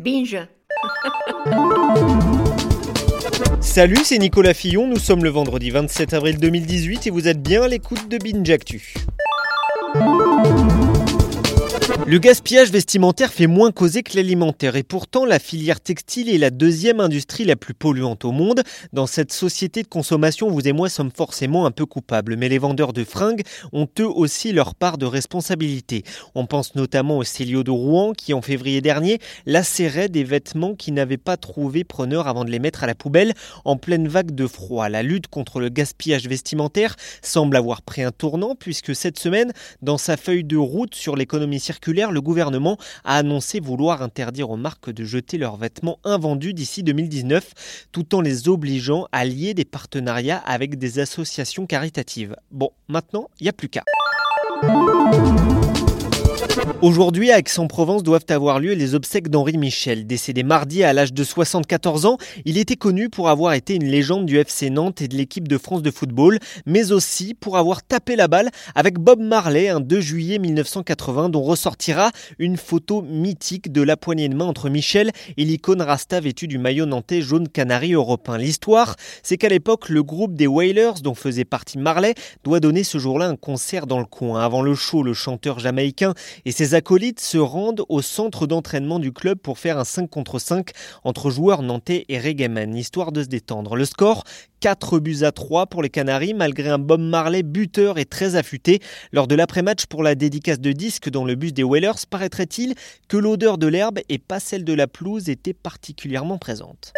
Binge. Salut, c'est Nicolas Fillon, nous sommes le vendredi 27 avril 2018 et vous êtes bien à l'écoute de Binge Actu. Le gaspillage vestimentaire fait moins causer que l'alimentaire et pourtant la filière textile est la deuxième industrie la plus polluante au monde. Dans cette société de consommation, vous et moi sommes forcément un peu coupables, mais les vendeurs de fringues ont eux aussi leur part de responsabilité. On pense notamment au Célio de Rouen qui en février dernier lacérait des vêtements qui n'avaient pas trouvé preneur avant de les mettre à la poubelle en pleine vague de froid. La lutte contre le gaspillage vestimentaire semble avoir pris un tournant puisque cette semaine, dans sa feuille de route sur l'économie circulaire, le gouvernement a annoncé vouloir interdire aux marques de jeter leurs vêtements invendus d'ici 2019, tout en les obligeant à lier des partenariats avec des associations caritatives. Bon, maintenant, il n'y a plus qu'à. Aujourd'hui, à Aix-en-Provence doivent avoir lieu les obsèques d'Henri Michel. Décédé mardi à l'âge de 74 ans, il était connu pour avoir été une légende du FC Nantes et de l'équipe de France de football, mais aussi pour avoir tapé la balle avec Bob Marley un 2 juillet 1980, dont ressortira une photo mythique de la poignée de main entre Michel et l'icône Rasta vêtue du maillot nantais jaune canari européen. L'histoire, c'est qu'à l'époque, le groupe des Wailers, dont faisait partie Marley, doit donner ce jour-là un concert dans le coin. Avant le show, le chanteur jamaïcain et ses acolytes se rendent au centre d'entraînement du club pour faire un 5 contre 5 entre joueurs nantais et reggaeman, histoire de se détendre. Le score, 4-3 pour les Canaries, malgré un Bob Marley buteur et très affûté. Lors de l'après-match pour la dédicace de disques dans le bus des Wailers, paraîtrait-il que l'odeur de l'herbe et pas celle de la pelouse était particulièrement présente.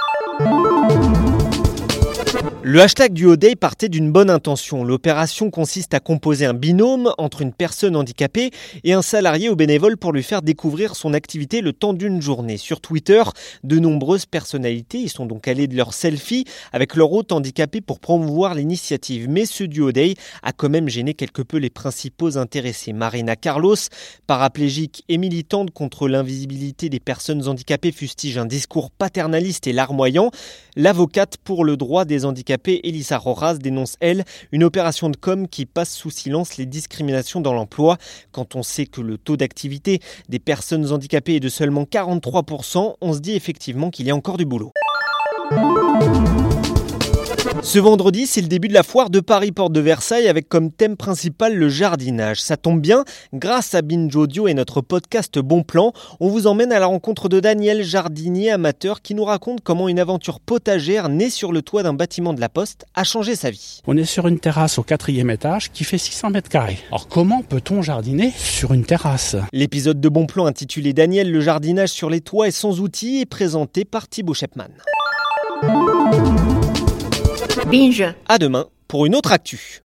Le hashtag du Haut Day partait d'une bonne intention. L'opération consiste à composer un binôme entre une personne handicapée et un salarié ou bénévole pour lui faire découvrir son activité le temps d'une journée. Sur Twitter, de nombreuses personnalités y sont donc allées de leur selfie avec leur hôte handicapé pour promouvoir l'initiative. Mais ce du Haut Day a quand même gêné quelque peu les principaux intéressés. Marina Carlos, paraplégique et militante contre l'invisibilité des personnes handicapées, fustige un discours paternaliste et larmoyant. L'avocate pour le droit des handicapés, Elisa Rojas, dénonce, elle, une opération de com qui passe sous silence les discriminations dans l'emploi. Quand on sait que le taux d'activité des personnes handicapées est de seulement 43%, on se dit effectivement qu'il y a encore du boulot. Ce vendredi, c'est le début de la foire de Paris Porte de Versailles avec comme thème principal le jardinage. Ça tombe bien, grâce à Binge Audio et notre podcast Bon Plan, on vous emmène à la rencontre de Daniel, jardinier amateur, qui nous raconte comment une aventure potagère née sur le toit d'un bâtiment de la Poste a changé sa vie. On est sur une terrasse au 4e étage qui fait 600 mètres carrés. Alors comment peut-on jardiner sur une terrasse ? L'épisode de Bon Plan intitulé Daniel, le jardinage sur les toits et sans outils est présenté par Thibaut Shepman. Binge. À demain pour une autre actu.